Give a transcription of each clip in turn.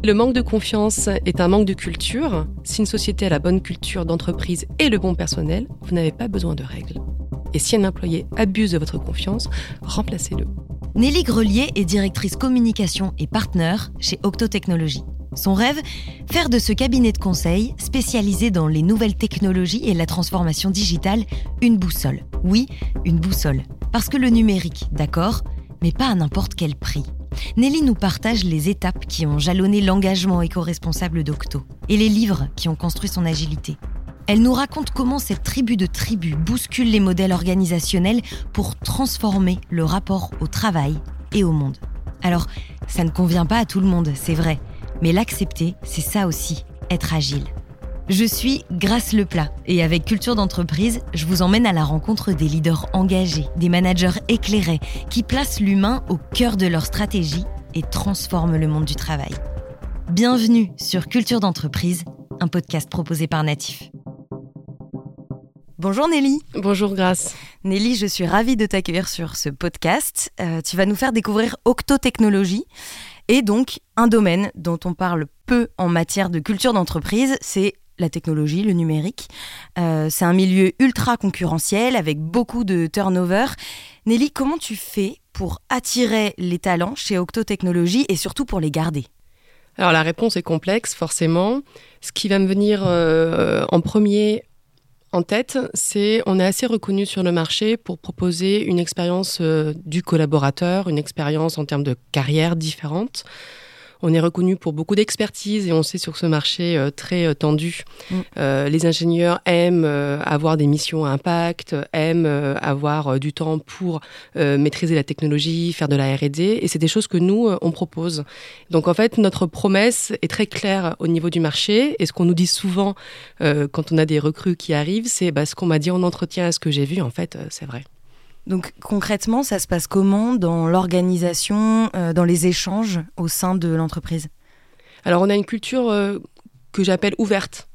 Le manque de confiance est un manque de culture. Si une société a la bonne culture d'entreprise et le bon personnel, vous n'avez pas besoin de règles. Et si un employé abuse de votre confiance, remplacez-le. Nelly Grelier est directrice communication et partenaire chez Octo Technologies. Son rêve, faire de ce cabinet de conseil, spécialisé dans les nouvelles technologies et la transformation digitale, une boussole. Oui, une boussole. Parce que le numérique, d'accord, mais pas à n'importe quel prix. Nelly nous partage les étapes qui ont jalonné l'engagement éco-responsable d'Octo et les livres qui ont construit son agilité. Elle nous raconte comment cette tribu de tribus bouscule les modèles organisationnels pour transformer le rapport au travail et au monde. Alors, ça ne convient pas à tout le monde, c'est vrai, mais l'accepter, c'est ça aussi, être agile. Je suis Grace Leplat et avec Culture d'entreprise, je vous emmène à la rencontre des leaders engagés, des managers éclairés qui placent l'humain au cœur de leur stratégie et transforment le monde du travail. Bienvenue sur Culture d'entreprise, un podcast proposé par Natif. Bonjour Nelly. Bonjour Grace. Nelly, je suis ravie de t'accueillir sur ce podcast. Tu vas nous faire découvrir Octo Technologies et donc un domaine dont on parle peu en matière de culture d'entreprise, c'est la technologie, le numérique. C'est un milieu ultra concurrentiel avec beaucoup de turnover. Nelly, comment tu fais pour attirer les talents chez Octo Technologies et surtout pour les garder ? Alors la réponse est complexe, forcément. Ce qui va me venir en premier en tête, c'est on est assez reconnu sur le marché pour proposer une expérience du collaborateur, une expérience en termes de carrière différente. On est reconnu pour beaucoup d'expertise et on sait sur ce marché très tendu. Les ingénieurs aiment avoir des missions à impact, aiment avoir du temps pour maîtriser la technologie, faire de la R&D. Et c'est des choses que nous, on propose. Donc en fait, notre promesse est très claire au niveau du marché. Et ce qu'on nous dit souvent quand on a des recrues qui arrivent, c'est ce qu'on m'a dit en entretien, ce que j'ai vu, en fait, c'est vrai. Donc concrètement, ça se passe comment dans l'organisation, dans les échanges au sein de l'entreprise ? Alors on a une culture que j'appelle ouverte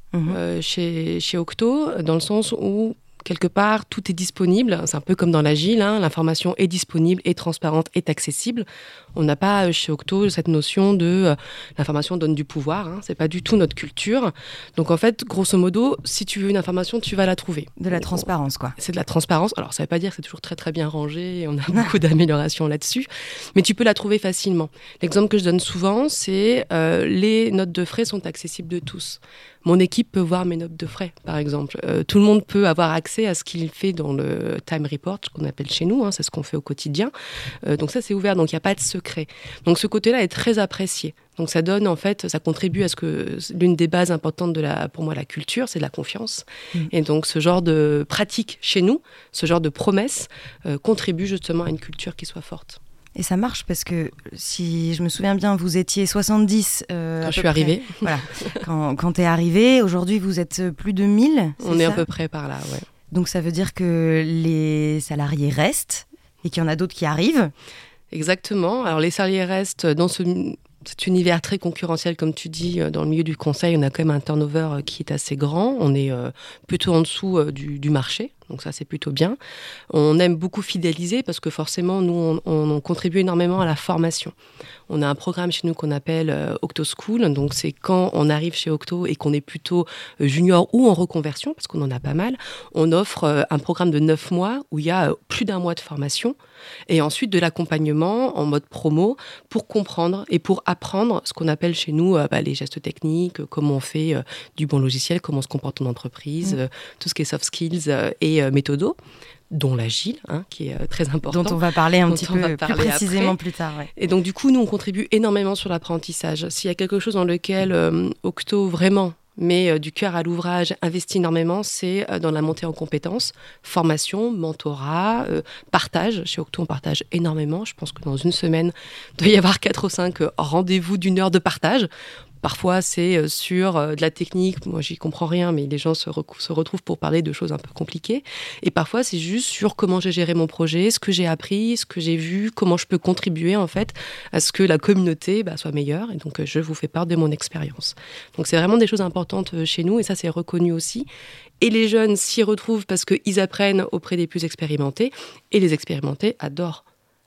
chez Octo, dans le sens où quelque part tout est disponible. C'est un peu comme dans l'agile, l'information est disponible, est transparente, est accessible. On n'a pas chez Octo cette notion de l'information donne du pouvoir, c'est pas du tout notre culture. Donc en fait, grosso modo, si tu veux une information, tu vas la trouver. De la transparence, quoi. C'est de la transparence. Alors ça veut pas dire que c'est toujours très très bien rangé, on a beaucoup d'améliorations là-dessus, mais tu peux la trouver facilement. L'exemple que je donne souvent, c'est les notes de frais sont accessibles de tous. Mon équipe peut voir mes notes de frais, par exemple. Tout le monde peut avoir accès à ce qu'il fait dans le time report, ce qu'on appelle chez nous, c'est ce qu'on fait au quotidien. Donc ça, c'est ouvert, donc il n'y a pas de secret. Donc ce côté-là est très apprécié. Donc ça donne, en fait, ça contribue à ce que l'une des bases importantes pour moi, la culture, c'est de la confiance. Et donc ce genre de pratique chez nous, ce genre de promesse, contribue justement à une culture qui soit forte. Et ça marche parce que, si je me souviens bien, vous étiez 70 quand je suis arrivée. Voilà. Quand tu es arrivée, aujourd'hui vous êtes plus de 1000. On est à peu près par là, ouais. Donc ça veut dire que les salariés restent et qu'il y en a d'autres qui arrivent. Exactement. Alors les salariés restent dans cet univers très concurrentiel, comme tu dis, dans le milieu du conseil, on a quand même un turnover qui est assez grand. On est plutôt en dessous du marché. Donc ça, c'est plutôt bien. On aime beaucoup fidéliser parce que forcément, nous, on contribue énormément à la formation. On a un programme chez nous qu'on appelle Octo School. Donc c'est quand on arrive chez Octo et qu'on est plutôt junior ou en reconversion, parce qu'on en a pas mal, on offre un programme de 9 mois où il y a plus d'1 mois de formation et ensuite de l'accompagnement en mode promo pour comprendre et pour apprendre ce qu'on appelle chez nous les gestes techniques, comment on fait du bon logiciel, comment on se comporte en entreprise, tout ce qui est soft skills et méthodo, dont l'agile, qui est très important. Dont on va parler un petit peu plus précisément plus tard. Ouais. Et donc, du coup, nous, on contribue énormément sur l'apprentissage. S'il y a quelque chose dans lequel Octo, vraiment, met du cœur à l'ouvrage, investit énormément, c'est dans la montée en compétences, formation, mentorat, partage. Chez Octo, on partage énormément. Je pense que dans une semaine, il doit y avoir 4 ou 5 rendez-vous d'1 heure de partage. Parfois, c'est sur de la technique. Moi, j'y comprends rien, mais les gens se retrouvent pour parler de choses un peu compliquées. Et parfois, c'est juste sur comment j'ai géré mon projet, ce que j'ai appris, ce que j'ai vu, comment je peux contribuer, en fait, à ce que la communauté soit meilleure. Et donc, je vous fais part de mon expérience. Donc, c'est vraiment des choses importantes chez nous. Et ça, c'est reconnu aussi. Et les jeunes s'y retrouvent parce qu'ils apprennent auprès des plus expérimentés. Et les expérimentés adorent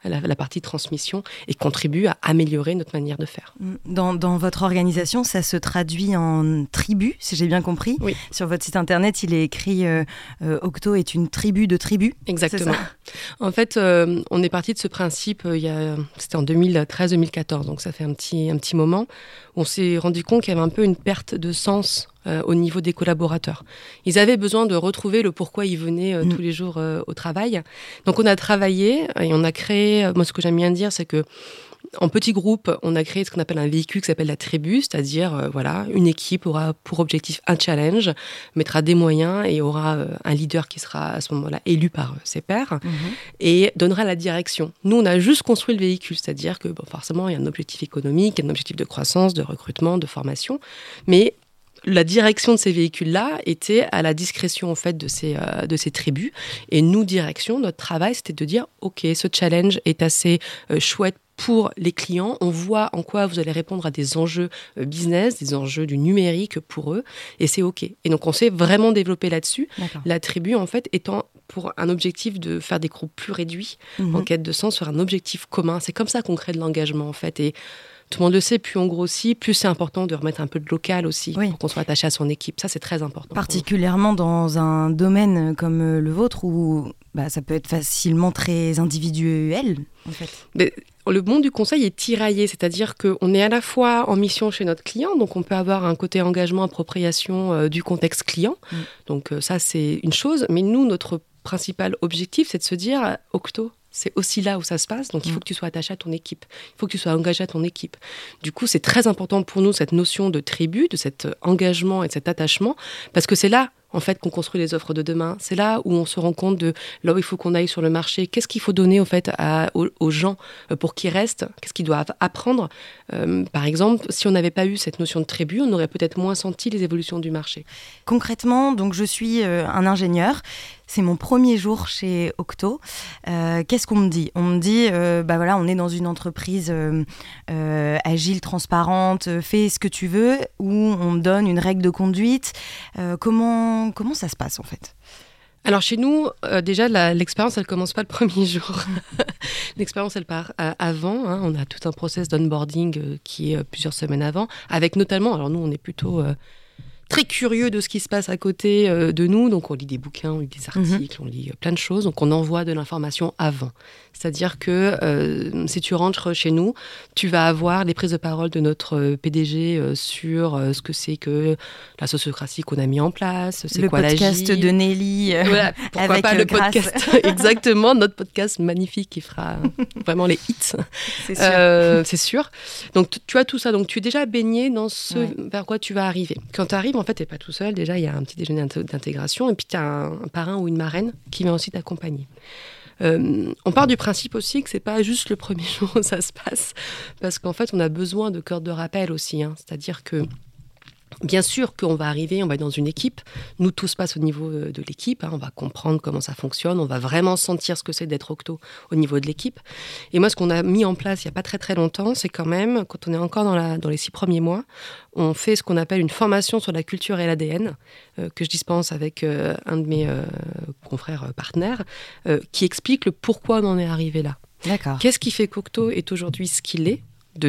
la partie transmission, et contribue à améliorer notre manière de faire. Dans votre organisation, ça se traduit en tribu, si j'ai bien compris. Oui. Sur votre site internet, il est écrit Octo est une tribu de tribus. Exactement. En fait, on est parti de ce principe, c'était en 2013-2014, donc ça fait un petit moment, où on s'est rendu compte qu'il y avait un peu une perte de sens au niveau des collaborateurs. Ils avaient besoin de retrouver le pourquoi ils venaient tous les jours au travail. Donc on a travaillé et on a créé, moi ce que j'aime bien dire, c'est que en petit groupe, on a créé ce qu'on appelle un véhicule qui s'appelle la tribu, c'est-à-dire une équipe aura pour objectif un challenge, mettra des moyens et aura un leader qui sera à ce moment-là élu par ses pairs et donnera la direction. Nous, on a juste construit le véhicule, c'est-à-dire que forcément, il y a un objectif économique, il y a un objectif de croissance, de recrutement, de formation, mais la direction de ces véhicules-là était à la discrétion en fait de ces tribus. Et nous, direction, notre travail, c'était de dire ok, ce challenge est assez chouette pour les clients. On voit en quoi vous allez répondre à des enjeux business, des enjeux du numérique pour eux, et c'est ok. Et donc on s'est vraiment développé là-dessus. D'accord. La tribu en fait étant pour un objectif de faire des groupes plus réduits, en quête de sens, sur un objectif commun. C'est comme ça qu'on crée de l'engagement en fait. Et tout le monde le sait, plus on grossit, plus c'est important de remettre un peu de local aussi, pour qu'on soit attaché à son équipe. Ça, c'est très important. Particulièrement dans un domaine comme le vôtre où ça peut être facilement très individuel, en fait. Mais le monde du conseil est tiraillé, c'est-à-dire qu'on est à la fois en mission chez notre client, donc on peut avoir un côté engagement, appropriation du contexte client. Donc ça, c'est une chose. Mais nous, notre principal objectif, c'est de se dire, Octo, c'est aussi là où ça se passe, donc il faut que tu sois attaché à ton équipe, il faut que tu sois engagé à ton équipe. Du coup, c'est très important pour nous, cette notion de tribu, de cet engagement et de cet attachement, parce que c'est là, en fait, qu'on construit les offres de demain. C'est là où on se rend compte de là où il faut qu'on aille sur le marché. Qu'est-ce qu'il faut donner, en fait, aux gens pour qu'ils restent? Qu'est-ce qu'ils doivent apprendre? Par exemple, si on n'avait pas eu cette notion de tribu, on aurait peut-être moins senti les évolutions du marché. Concrètement, donc je suis un ingénieur. C'est mon premier jour chez Octo. Qu'est-ce qu'on me dit? On me dit, on est dans une entreprise agile, transparente, fais ce que tu veux, où on me donne une règle de conduite. Comment ça se passe en fait? Alors chez nous, déjà, l'expérience, elle commence pas le premier jour. L'expérience, elle part avant. On a tout un process d'onboarding qui est plusieurs semaines avant, avec notamment, alors nous, on est plutôt très curieux de ce qui se passe à côté de nous. Donc, on lit des bouquins, on lit des articles, on lit plein de choses. Donc, on envoie de l'information avant. C'est-à-dire que si tu rentres chez nous, tu vas avoir les prises de parole de notre PDG sur ce que c'est que la sociocratie qu'on a mis en place, c'est quoi l'agile. Le podcast de Nelly. Voilà, pourquoi avec pas le podcast. Exactement, notre podcast magnifique qui fera vraiment les hits. C'est sûr. C'est sûr. Donc, tu as tout ça. Donc, tu es déjà baigné dans ce vers quoi tu vas arriver. Quand tu arrives, en fait, tu n'es pas tout seul. Déjà, il y a un petit déjeuner d'intégration et puis tu as un parrain ou une marraine qui vient aussi t'accompagner. On part du principe aussi que c'est pas juste le premier jour où ça se passe, parce qu'en fait, on a besoin de cordes de rappel aussi. C'est-à-dire que bien sûr qu'on va arriver, on va être dans une équipe. Nous, tout se passe au niveau de l'équipe. On va comprendre comment ça fonctionne. On va vraiment sentir ce que c'est d'être Octo au niveau de l'équipe. Et moi, ce qu'on a mis en place il n'y a pas très très longtemps, c'est quand même, quand on est encore dans les 6 premiers mois, on fait ce qu'on appelle une formation sur la culture et l'ADN, que je dispense avec un de mes confrères partenaires, qui explique le pourquoi on en est arrivé là. D'accord. Qu'est-ce qui fait qu'Octo est aujourd'hui ce qu'il est ? De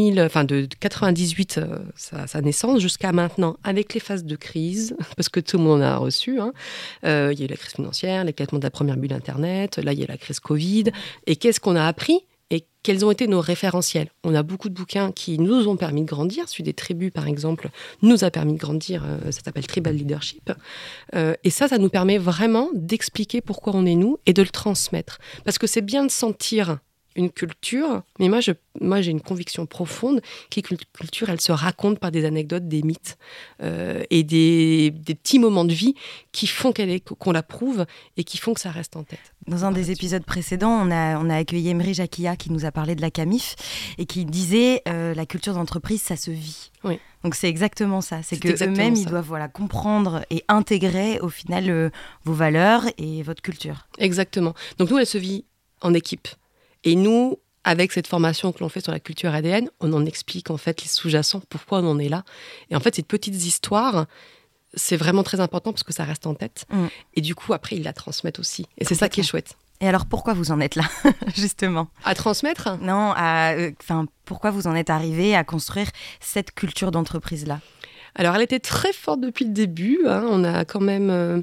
98, sa naissance, jusqu'à maintenant, avec les phases de crise, parce que tout le monde en a reçu. Il y a eu la crise financière, l'éclatement de la première bulle Internet, là, il y a la crise Covid. Et qu'est-ce qu'on a appris ? Et quels ont été nos référentiels ? On a beaucoup de bouquins qui nous ont permis de grandir. Celui des tribus, par exemple, nous a permis de grandir. Ça s'appelle Tribal Leadership. Et ça nous permet vraiment d'expliquer pourquoi on est nous et de le transmettre. Parce que c'est bien de sentir une culture, mais moi j'ai une conviction profonde qu'une culture, elle se raconte par des anecdotes, des mythes et des petits moments de vie qui font qu'on la prouve et qui font que ça reste en tête. Dans un des épisodes précédents, on a accueilli Emery Jacquia qui nous a parlé de la CAMIF et qui disait la culture d'entreprise, ça se vit. Oui. Donc c'est exactement ça. C'est qu'eux-mêmes, ils doivent comprendre et intégrer au final vos valeurs et votre culture. Exactement. Donc nous, elle se vit en équipe. Et nous, avec cette formation que l'on fait sur la culture ADN, on en explique en fait les sous-jacents, pourquoi on en est là. Et en fait, ces petites histoires, c'est vraiment très important parce que ça reste en tête. Et du coup, après, ils la transmettent aussi. Et c'est ça qui est chouette. Et alors, pourquoi vous en êtes là, justement ? À transmettre ? Non, pourquoi vous en êtes arrivé à construire cette culture d'entreprise-là ? Alors, elle était très forte depuis le début. On a quand même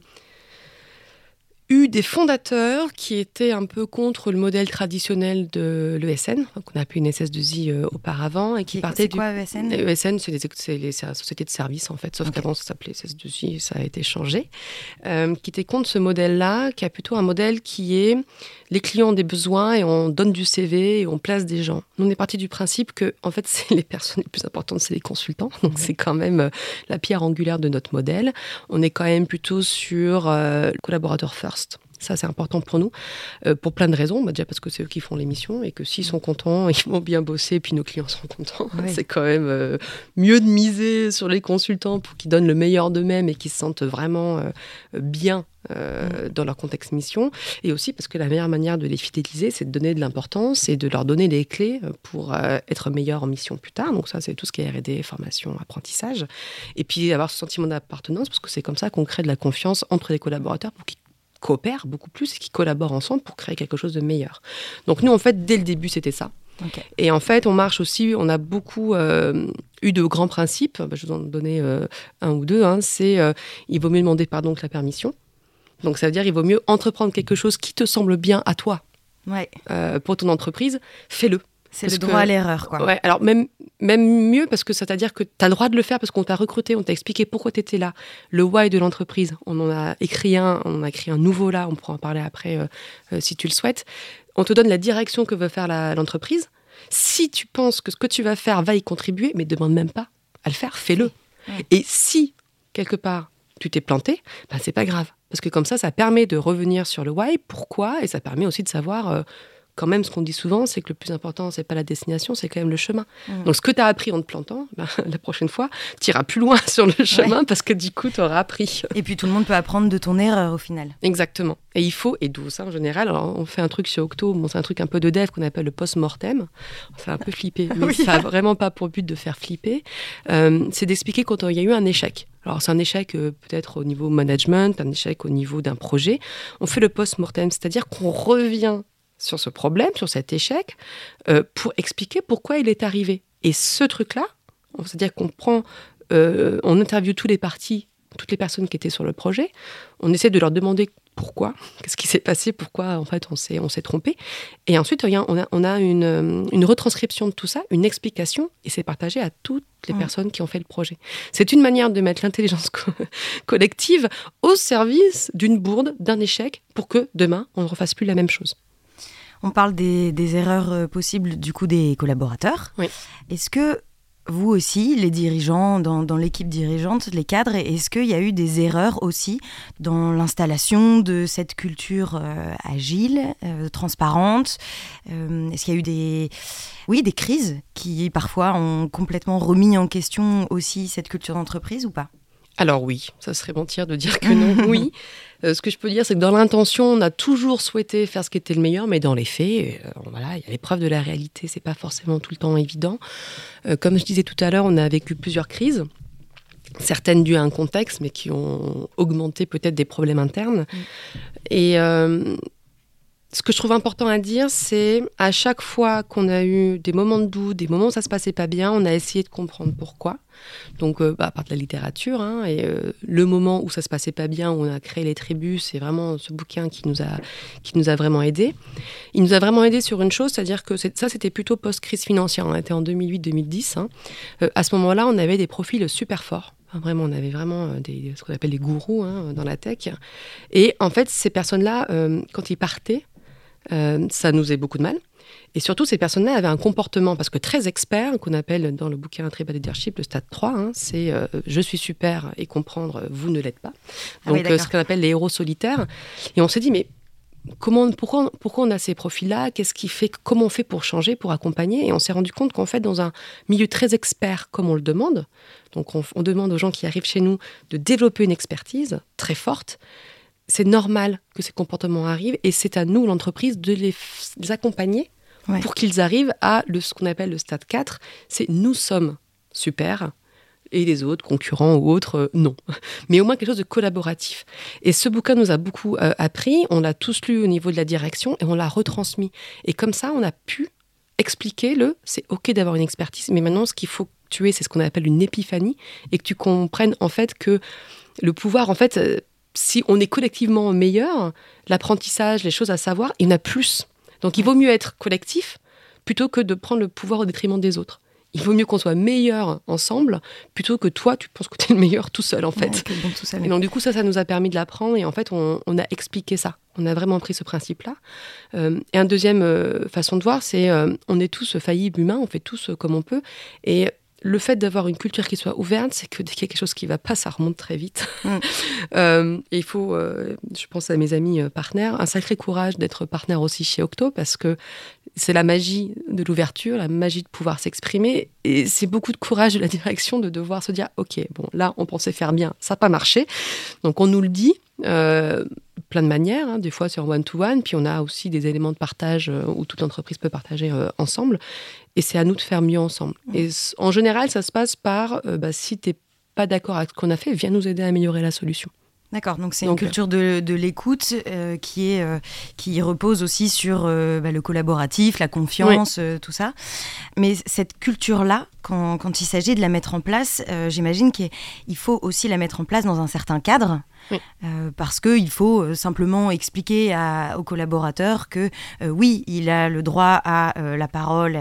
eu des fondateurs qui étaient un peu contre le modèle traditionnel de l'ESN, qu'on a appelé une SS2I auparavant, et qui partaient C'est quoi ESN ? ESN, c'est les sociétés de services, en fait, sauf qu'avant, ça s'appelait SS2I, ça a été changé, qui étaient contre ce modèle-là, qui a plutôt un modèle qui est les clients ont des besoins et on donne du CV et on place des gens. Nous, on est parti du principe que, en fait, c'est les personnes les plus importantes, c'est les consultants, donc c'est quand même la pierre angulaire de notre modèle. On est quand même plutôt sur le collaborateur first. Ça, c'est important pour nous, pour plein de raisons. Déjà parce que c'est eux qui font l'émission et que s'ils sont contents, ils vont bien bosser et puis nos clients sont contents. Oui. C'est quand même mieux de miser sur les consultants pour qu'ils donnent le meilleur d'eux-mêmes et qu'ils se sentent vraiment bien dans leur contexte mission. Et aussi parce que la meilleure manière de les fidéliser, c'est de donner de l'importance et de leur donner les clés pour être meilleurs en mission plus tard. Donc ça, c'est tout ce qui est R&D, formation, apprentissage. Et puis avoir ce sentiment d'appartenance, parce que c'est comme ça qu'on crée de la confiance entre les collaborateurs pour qu'ils coopèrent beaucoup plus et qui collaborent ensemble pour créer quelque chose de meilleur. Donc nous, en fait, dès le début, c'était ça. Okay. Et en fait, on marche aussi, on a beaucoup eu de grands principes. Je vais vous en donner un ou deux. C'est il vaut mieux demander pardon que la permission. Donc ça veut dire il vaut mieux entreprendre quelque chose qui te semble bien à toi. Ouais. Pour ton entreprise, fais-le. C'est le droit à l'erreur, quoi. Ouais, alors même mieux, parce que c'est-à-dire que tu as le droit de le faire parce qu'on t'a recruté, on t'a expliqué pourquoi tu étais là. Le why de l'entreprise, on en a écrit un nouveau là, on pourra en parler après si tu le souhaites. On te donne la direction que veut faire l'entreprise. Si tu penses que ce que tu vas faire va y contribuer, mais ne demande même pas à le faire, fais-le. Ouais. Et si, quelque part, tu t'es planté, c'est pas grave. Parce que comme ça permet de revenir sur le why, pourquoi, et ça permet aussi de savoir... quand même, ce qu'on dit souvent, c'est que le plus important, c'est pas la destination, c'est quand même le chemin. Donc, ce que tu as appris en te plantant, la prochaine fois, tu iras plus loin sur le chemin parce que du coup, tu auras appris. Et puis, tout le monde peut apprendre de ton erreur au final. Exactement. Et il faut, et d'où ça en général, alors, on fait un truc chez Octo, c'est un truc un peu de dev qu'on appelle le post-mortem. Ça a un peu flippé, mais ça n'a vraiment pas pour but de faire flipper. C'est d'expliquer quand il y a eu un échec. Alors, c'est un échec peut-être au niveau management, un échec au niveau d'un projet. On fait le post-mortem, c'est-à-dire qu'on revient sur ce problème, sur cet échec, pour expliquer pourquoi il est arrivé. Et ce truc-là, c'est-à-dire qu'on prend, on interviewe toutes les personnes qui étaient sur le projet, on essaie de leur demander pourquoi, qu'est-ce qui s'est passé, pourquoi en fait on s'est trompé. Et ensuite, on a une retranscription de tout ça, une explication, et c'est partagé à toutes les personnes qui ont fait le projet. C'est une manière de mettre l'intelligence collective au service d'une bourde, d'un échec, pour que demain, on ne refasse plus la même chose. On parle des erreurs possibles du coup des collaborateurs. Oui. Est-ce que vous aussi, les dirigeants, dans l'équipe dirigeante, les cadres, est-ce qu'il y a eu des erreurs aussi dans l'installation de cette culture agile, transparente ? Est-ce qu'il y a eu des crises qui parfois ont complètement remis en question aussi cette culture d'entreprise ou pas ? Alors oui, ça serait mentir de dire que non, oui. Ce que je peux dire, c'est que dans l'intention, on a toujours souhaité faire ce qui était le meilleur, mais dans les faits, il y a l'épreuve de la réalité, c'est pas forcément tout le temps évident. Comme je disais tout à l'heure, on a vécu plusieurs crises, certaines dues à un contexte, mais qui ont augmenté peut-être des problèmes internes. Et ce que je trouve important à dire, c'est à chaque fois qu'on a eu des moments de doute, des moments où ça se passait pas bien, on a essayé de comprendre pourquoi. Donc, à part de la littérature, et le moment où ça se passait pas bien, où on a créé les tribus, c'est vraiment ce bouquin qui nous a vraiment aidés. Il nous a vraiment aidés sur une chose, c'est-à-dire que ça, c'était plutôt post-crise financière. On était en 2008-2010. À ce moment-là, on avait des profils super forts. Vraiment, on avait vraiment ce qu'on appelle des gourous dans la tech. Et en fait, ces personnes-là, quand ils partaient, ça nous faisait beaucoup de mal. Et surtout, ces personnes-là avaient un comportement, parce que très expert, qu'on appelle dans le bouquin Tribal Leadership, le stade 3, c'est je suis super et comprendre, vous ne l'êtes pas. Donc, ce qu'on appelle les héros solitaires. Et on s'est dit, mais pourquoi on a ces profils-là ? Qu'est-ce qui fait ? Comment on fait pour changer, pour accompagner ? Et on s'est rendu compte qu'en fait, dans un milieu très expert, comme on le demande, donc on demande aux gens qui arrivent chez nous de développer une expertise très forte. C'est normal que ces comportements arrivent et c'est à nous, l'entreprise, de les accompagner pour qu'ils arrivent à ce qu'on appelle le stade 4. C'est nous sommes super et les autres, concurrents ou autres, non. Mais au moins quelque chose de collaboratif. Et ce bouquin nous a beaucoup appris, on l'a tous lu au niveau de la direction et on l'a retransmis. Et comme ça, on a pu expliquer c'est OK d'avoir une expertise, mais maintenant, ce qu'il faut que tu aies, c'est ce qu'on appelle une épiphanie, et que tu comprennes en fait que le pouvoir, en fait, si on est collectivement meilleur, l'apprentissage, les choses à savoir, il y en a plus. Donc, il vaut mieux être collectif plutôt que de prendre le pouvoir au détriment des autres. Il vaut mieux qu'on soit meilleur ensemble plutôt que toi, tu penses que tu es le meilleur tout seul, en fait. Ouais, bon, tout seul. Et donc, du coup, ça nous a permis de l'apprendre. Et en fait, on a expliqué ça. On a vraiment pris ce principe-là. Et une deuxième façon de voir, c'est on est tous faillibles humains, on fait tous comme on peut. Et le fait d'avoir une culture qui soit ouverte, c'est que dès qu'il y a quelque chose qui ne va pas, ça remonte très vite. Et il faut, je pense à mes amis partenaires, un sacré courage d'être partenaire aussi chez Octo, parce que c'est la magie de l'ouverture, la magie de pouvoir s'exprimer. Et c'est beaucoup de courage de la direction de devoir se dire « Ok, bon, là, on pensait faire bien, ça n'a pas marché. » Donc, on nous le dit, plein de manières, hein, des fois sur one-to-one, puis on a aussi des éléments de partage où toute l'entreprise peut partager ensemble. Et c'est à nous de faire mieux ensemble. Et en général, ça se passe par si tu n'es pas d'accord avec ce qu'on a fait, viens nous aider à améliorer la solution. D'accord, donc c'est une culture de l'écoute qui repose aussi sur le collaboratif, la confiance, tout ça. Mais cette culture-là, quand il s'agit de la mettre en place, j'imagine qu'il faut aussi la mettre en place dans un certain cadre. Oui. Parce qu'il faut simplement expliquer aux collaborateurs que oui, il a le droit à la parole,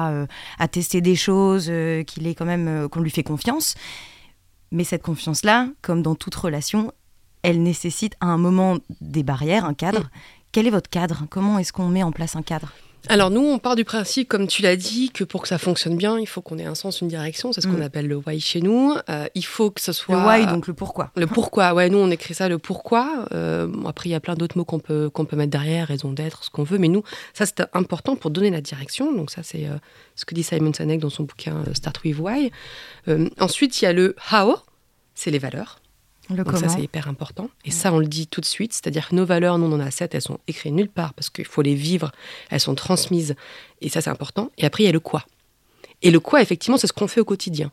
à tester des choses, qu'il est quand même, qu'on lui fait confiance. Mais cette confiance-là, comme dans toute relation, elle nécessite à un moment des barrières, un cadre. Quel est votre cadre ? Comment est-ce qu'on met en place un cadre ? Alors nous, on part du principe, comme tu l'as dit, que pour que ça fonctionne bien, il faut qu'on ait un sens, une direction. C'est ce qu'on appelle le why chez nous. Il faut que ce soit... Le why, donc le pourquoi. Le pourquoi, ouais. Nous, on écrit ça, le pourquoi. Après, il y a plein d'autres mots qu'on peut mettre derrière, raison d'être, ce qu'on veut. Mais nous, ça, c'est important pour donner la direction. Donc ça, c'est ce que dit Simon Sinek dans son bouquin Start with Why. Ensuite, il y a le how, c'est les valeurs. Donc ça, c'est hyper important. Et ça, on le dit tout de suite. C'est-à-dire que nos valeurs, nous, on en a 7, elles sont écrites nulle part parce qu'il faut les vivre, elles sont transmises. Et ça, c'est important. Et après, il y a le quoi. Et le quoi, effectivement, c'est ce qu'on fait au quotidien.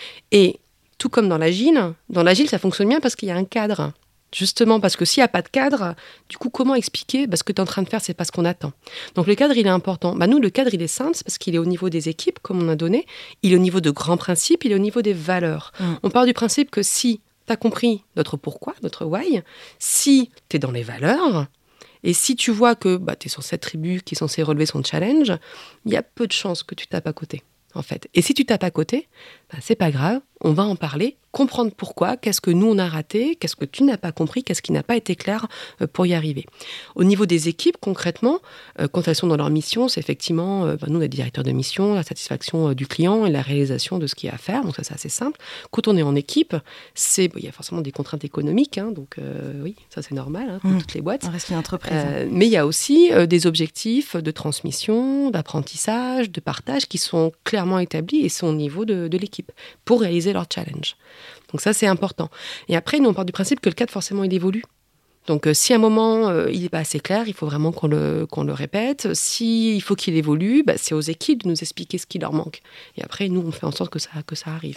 Et tout comme dans l'agile, ça fonctionne bien parce qu'il y a un cadre. Justement, parce que s'il n'y a pas de cadre, du coup, comment expliquer ? Ce que tu es en train de faire, c'est pas ce qu'on attend. Donc, le cadre, il est important. Nous, le cadre, il est simple, parce qu'il est au niveau des équipes, comme on a donné. Il est au niveau de grands principes, il est au niveau des valeurs. On part du principe que si tu as compris notre pourquoi, notre why, si tu es dans les valeurs, et si tu vois que tu es sur cette tribu qui est censée relever son challenge, il y a peu de chances que tu tapes à côté, en fait. Et si tu tapes à côté, c'est pas grave, on va en parler, comprendre pourquoi, qu'est-ce que nous on a raté, qu'est-ce que tu n'as pas compris, qu'est-ce qui n'a pas été clair pour y arriver. Au niveau des équipes, concrètement, quand elles sont dans leur mission, c'est effectivement, nous on a des directeurs de mission, la satisfaction du client et la réalisation de ce qu'il y a à faire, donc ça c'est assez simple. Quand on est en équipe, il y a forcément des contraintes économiques, donc oui, ça c'est normal, pour toutes les boîtes. On reste une entreprise. Mais il y a aussi des objectifs de transmission, d'apprentissage, de partage qui sont clairement établis et sont au niveau de l'équipe pour réaliser leur challenge. Donc ça, c'est important. Et après, nous, on part du principe que le cadre, forcément, il évolue. Donc, si à un moment, il n'est pas assez clair, il faut vraiment qu'on le répète. S'il faut qu'il évolue, c'est aux équipes de nous expliquer ce qui leur manque. Et après, nous, on fait en sorte que ça arrive.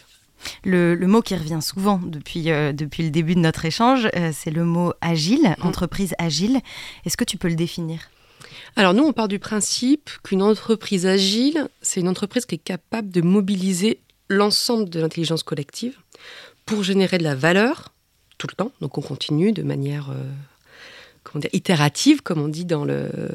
Le mot qui revient souvent depuis le début de notre échange, c'est le mot agile, entreprise agile. Est-ce que tu peux le définir ? Alors nous, on part du principe qu'une entreprise agile, c'est une entreprise qui est capable de mobiliser l'ensemble de l'intelligence collective pour générer de la valeur tout le temps. Donc on continue de manière itérative, comme on dit dans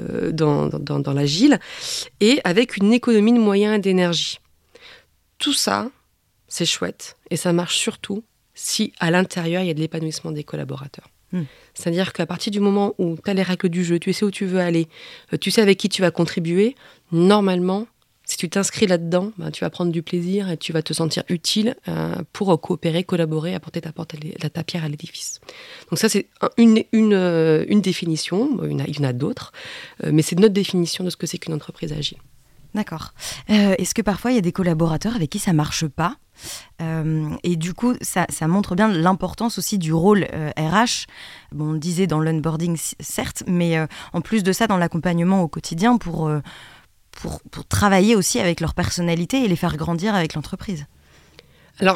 l'agile, et avec une économie de moyens et d'énergie. Tout ça, c'est chouette, et ça marche surtout si à l'intérieur, il y a de l'épanouissement des collaborateurs. C'est-à-dire qu'à partir du moment où tu as les règles du jeu, tu sais où tu veux aller, tu sais avec qui tu vas contribuer, normalement, si tu t'inscris là-dedans, tu vas prendre du plaisir et tu vas te sentir utile pour coopérer, collaborer, apporter ta pierre à l'édifice. Donc ça, c'est une définition. Il y en a d'autres, mais c'est notre définition de ce que c'est qu'une entreprise agile. D'accord. Est-ce que parfois, il y a des collaborateurs avec qui ça ne marche pas ? Et du coup, ça montre bien l'importance aussi du rôle RH. Bon, on le disait dans l'onboarding, certes, mais en plus de ça, dans l'accompagnement au quotidien pour travailler aussi avec leur personnalité et les faire grandir avec l'entreprise. Alors,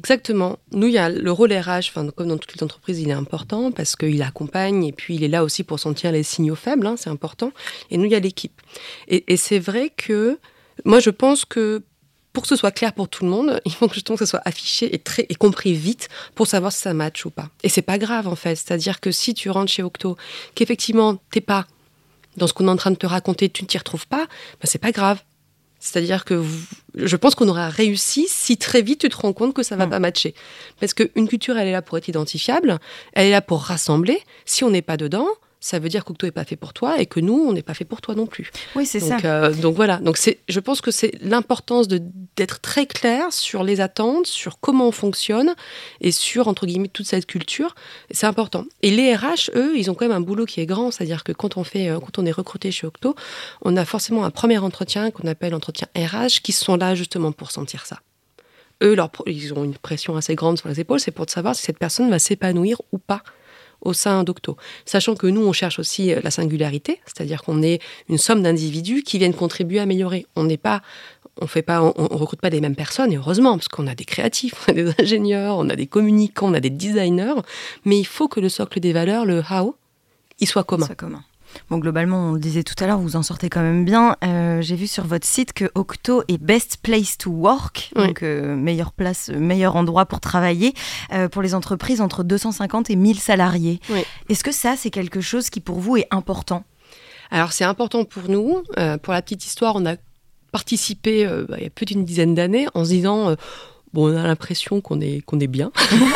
Exactement. Nous, il y a le rôle RH, comme dans toutes les entreprises, il est important parce qu'il accompagne et puis il est là aussi pour sentir les signaux faibles, c'est important. Et nous, il y a l'équipe. Et c'est vrai que moi, je pense que pour que ce soit clair pour tout le monde, il faut que justement que ce soit affiché et compris vite pour savoir si ça match ou pas. Et c'est pas grave en fait. C'est-à-dire que si tu rentres chez Octo, qu'effectivement t'es pas dans ce qu'on est en train de te raconter, tu ne t'y retrouves pas, c'est pas grave. C'est-à-dire que je pense qu'on aura réussi si très vite tu te rends compte que ça va pas matcher. Parce qu'une culture, elle est là pour être identifiable, elle est là pour rassembler. Si on n'est pas dedans, ça veut dire qu'Octo n'est pas fait pour toi et que nous, on n'est pas fait pour toi non plus. Oui, c'est ça. Donc voilà. Donc je pense que c'est l'importance d'être très clair sur les attentes, sur comment on fonctionne et sur, entre guillemets, toute cette culture. C'est important. Et les RH, eux, ils ont quand même un boulot qui est grand. C'est-à-dire que quand on est recruté chez Octo, on a forcément un premier entretien qu'on appelle entretien RH qui sont là justement pour sentir ça. Eux, ils ont une pression assez grande sur les épaules. C'est pour savoir si cette personne va s'épanouir ou pas au sein d'Octo. Sachant que nous, on cherche aussi la singularité, c'est-à-dire qu'on est une somme d'individus qui viennent contribuer à améliorer. On recrute pas les mêmes personnes, et heureusement, parce qu'on a des créatifs, on a des ingénieurs, on a des communicants, on a des designers, mais il faut que le socle des valeurs, le how, il soit commun. Bon, globalement, on le disait tout à l'heure, vous en sortez quand même bien. J'ai vu sur votre site que Octo est Best Place to Work, donc meilleure place, meilleur endroit pour travailler, pour les entreprises entre 250 et 1000 salariés. Oui. Est-ce que ça, c'est quelque chose qui pour vous est important ? Alors, c'est important pour nous. Pour la petite histoire, on a participé il y a plus d'une dizaine d'années en se disant... on a l'impression qu'on est bien.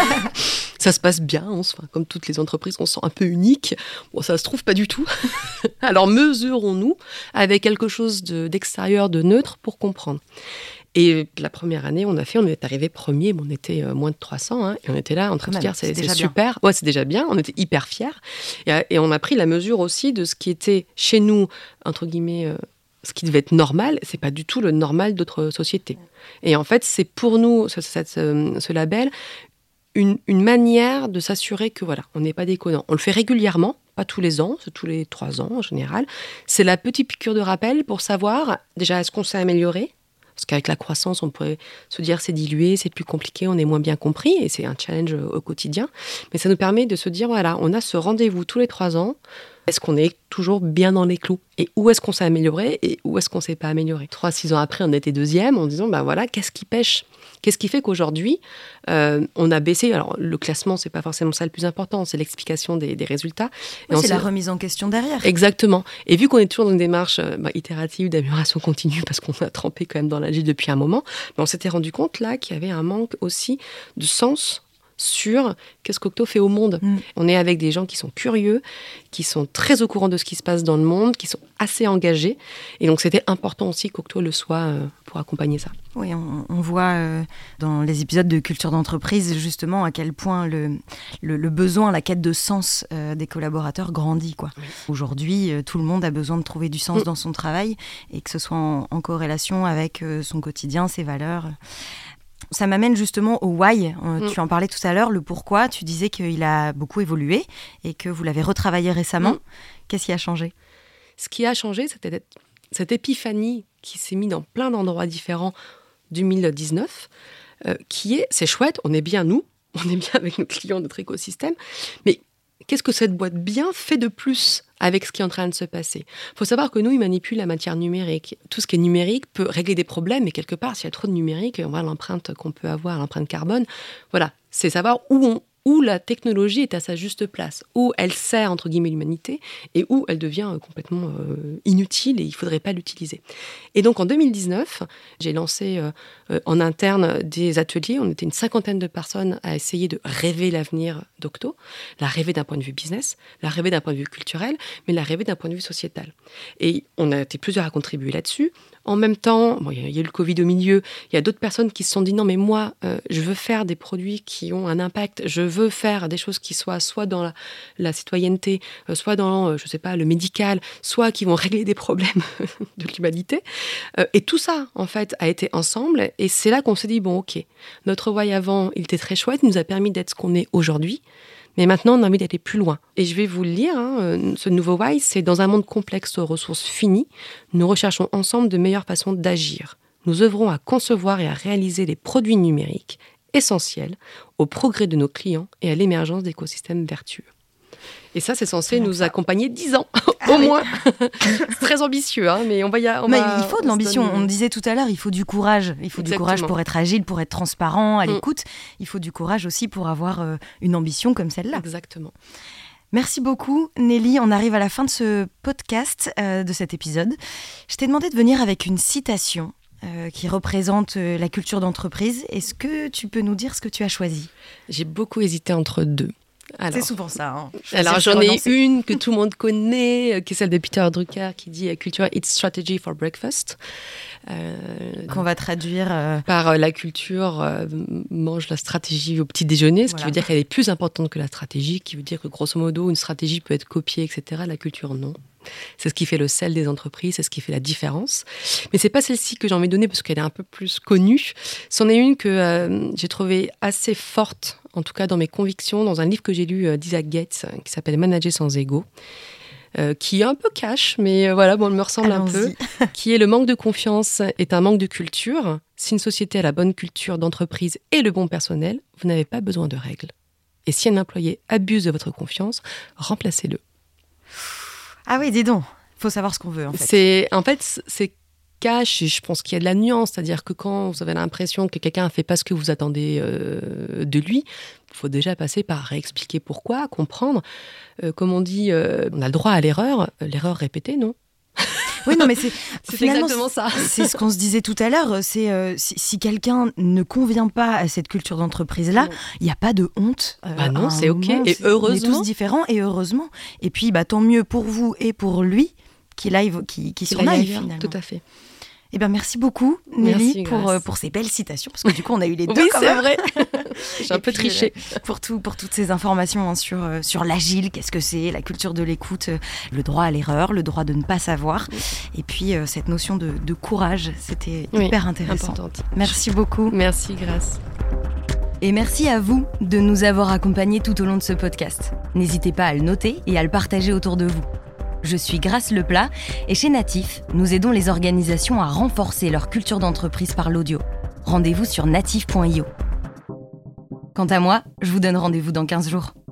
Ça se passe bien, comme toutes les entreprises, on se sent un peu unique. Ça se trouve pas du tout. Alors mesurons-nous avec quelque chose d'extérieur, de neutre pour comprendre. Et la première année, on est arrivé premier, mais on était moins de 300, et on était là en train de se dire c'est super. Ouais, c'est déjà bien. On était hyper fiers. Et on a pris la mesure aussi de ce qui était chez nous, entre guillemets, ce qui devait être normal, c'est pas du tout le normal d'autres sociétés. Et en fait, c'est pour nous, ce label, une manière de s'assurer que voilà, on n'est pas déconnant. On le fait régulièrement, pas tous les ans, c'est tous les 3 ans en général. C'est la petite piqûre de rappel pour savoir, déjà, est-ce qu'on s'est amélioré ? Parce qu'avec la croissance, on pourrait se dire c'est dilué, c'est plus compliqué, on est moins bien compris, et c'est un challenge au quotidien. Mais ça nous permet de se dire, voilà, on a ce rendez-vous tous les 3 ans. Est-ce qu'on est toujours bien dans les clous ? Et où est-ce qu'on s'est amélioré et où est-ce qu'on ne s'est pas amélioré ? 3-6 ans après, on était deuxième en disant, voilà, qu'est-ce qui pêche ? Qu'est-ce qui fait qu'aujourd'hui, on a baissé ? Alors, le classement, ce n'est pas forcément ça le plus important, c'est l'explication des résultats. Oui, c'est la remise en question derrière. Exactement. Et vu qu'on est toujours dans une démarche itérative d'amélioration continue, parce qu'on a trempé quand même dans l'agile depuis un moment, on s'était rendu compte là qu'il y avait un manque aussi de sens sur qu'est-ce qu'Octo fait au monde. On est avec des gens qui sont curieux, qui sont très au courant de ce qui se passe dans le monde, qui sont assez engagés. Et donc, c'était important aussi qu'Octo le soit pour accompagner ça. Oui, on voit dans les épisodes de Culture d'entreprise, justement, à quel point le besoin, la quête de sens des collaborateurs grandit, quoi. Oui. Aujourd'hui, tout le monde a besoin de trouver du sens dans son travail et que ce soit en corrélation avec son quotidien, ses valeurs. Ça m'amène justement au why. Tu en parlais tout à l'heure, le pourquoi. Tu disais qu'il a beaucoup évolué et que vous l'avez retravaillé récemment. Qu'est-ce qui a changé ? Ce qui a changé, c'était cette épiphanie qui s'est mise dans plein d'endroits différents 2019, qui est, c'est chouette, on est bien nous, on est bien avec nos clients, notre écosystème, mais qu'est-ce que cette boîte bien fait de plus avec ce qui est en train de se passer ? Il faut savoir que nous, ils manipulent la matière numérique. Tout ce qui est numérique peut régler des problèmes, mais quelque part, s'il y a trop de numérique, on voit l'empreinte qu'on peut avoir, l'empreinte carbone. Voilà, c'est savoir où la technologie est à sa juste place, où elle sert, entre guillemets, l'humanité, et où elle devient complètement inutile et il ne faudrait pas l'utiliser. Et donc, en 2019, j'ai lancé en interne des ateliers. On était une 50aine de personnes à essayer de rêver l'avenir d'Octo, la rêver d'un point de vue business, la rêver d'un point de vue culturel, mais la rêver d'un point de vue sociétal. Et on a été plusieurs à contribuer là-dessus. En même temps, il y a eu le Covid au milieu, il y a d'autres personnes qui se sont dit non mais moi, je veux faire des produits qui ont un impact, je veux faire des choses qui soient soit dans la citoyenneté, soit dans, je sais pas, le médical, soit qui vont régler des problèmes de l'humanité. Et tout ça, en fait, a été ensemble et c'est là qu'on s'est dit, bon ok, notre why avant, il était très chouette, il nous a permis d'être ce qu'on est aujourd'hui. Mais maintenant, on a envie d'aller plus loin. Et je vais vous le lire, ce nouveau why, c'est dans un monde complexe aux ressources finies, nous recherchons ensemble de meilleures façons d'agir. Nous œuvrons à concevoir et à réaliser des produits numériques essentielle au progrès de nos clients et à l'émergence d'écosystèmes vertueux. Et ça, c'est censé nous accompagner 10 ans, au moins. C'est très ambitieux, hein, mais il faut de l'ambition. On me disait tout à l'heure, il faut du courage. Il faut du courage pour être agile, pour être transparent, à l'écoute. Il faut du courage aussi pour avoir une ambition comme celle-là. Exactement. Merci beaucoup, Nelly. On arrive à la fin de ce podcast, de cet épisode. Je t'ai demandé de venir avec une citation qui représente la culture d'entreprise. Est-ce que tu peux nous dire ce que tu as choisi ? J'ai beaucoup hésité entre deux. C'est souvent ça. Hein. Alors j'en ai une que tout le monde connaît, qui est celle de Peter Drucker, qui dit « Culture, it's strategy for breakfast ». Qu'on va traduire par la culture mange la stratégie au petit déjeuner, ce qui veut dire qu'elle est plus importante que la stratégie, qui veut dire que grosso modo une stratégie peut être copiée, etc. La culture non. C'est ce qui fait le sel des entreprises, c'est ce qui fait la différence. Mais c'est pas celle-ci que j'ai envie de donner parce qu'elle est un peu plus connue. C'en est une que j'ai trouvée assez forte, en tout cas dans mes convictions, dans un livre que j'ai lu d'Isaac Gates qui s'appelle Manager sans ego. Qui est un peu cash, mais elle me ressemble un peu, qui est le manque de confiance est un manque de culture. Si une société a la bonne culture d'entreprise et le bon personnel, vous n'avez pas besoin de règles. Et si un employé abuse de votre confiance, remplacez-le. Ah oui, dis donc, il faut savoir ce qu'on veut en fait. C'est cash et je pense qu'il y a de la nuance, c'est-à-dire que quand vous avez l'impression que quelqu'un ne fait pas ce que vous attendez de lui, il faut déjà passer par réexpliquer pourquoi, comprendre. Comme on dit, on a le droit à l'erreur répétée, non ? Oui, non, mais c'est exactement ça. C'est ce qu'on se disait tout à l'heure. C'est si quelqu'un ne convient pas à cette culture d'entreprise-là, il n'y a pas de honte. Non, c'est OK. Et heureusement. On est tous différents et heureusement. Et puis, tant mieux pour vous et pour lui qu'il s'en aille finalement. Tout à fait. Eh bien, merci beaucoup, Nelly, pour ces belles citations, parce que du coup, on a eu les deux. Oui, c'est vrai. J'ai un peu triché. Pour toutes ces informations sur l'agile, qu'est-ce que c'est, la culture de l'écoute, le droit à l'erreur, le droit de ne pas savoir, et puis cette notion de courage, c'était hyper intéressant. Importante. Merci beaucoup. Merci, Grace. Et merci à vous de nous avoir accompagnés tout au long de ce podcast. N'hésitez pas à le noter et à le partager autour de vous. Je suis Grace Leplat et chez Natif, nous aidons les organisations à renforcer leur culture d'entreprise par l'audio. Rendez-vous sur natif.io. Quant à moi, je vous donne rendez-vous dans 15 jours.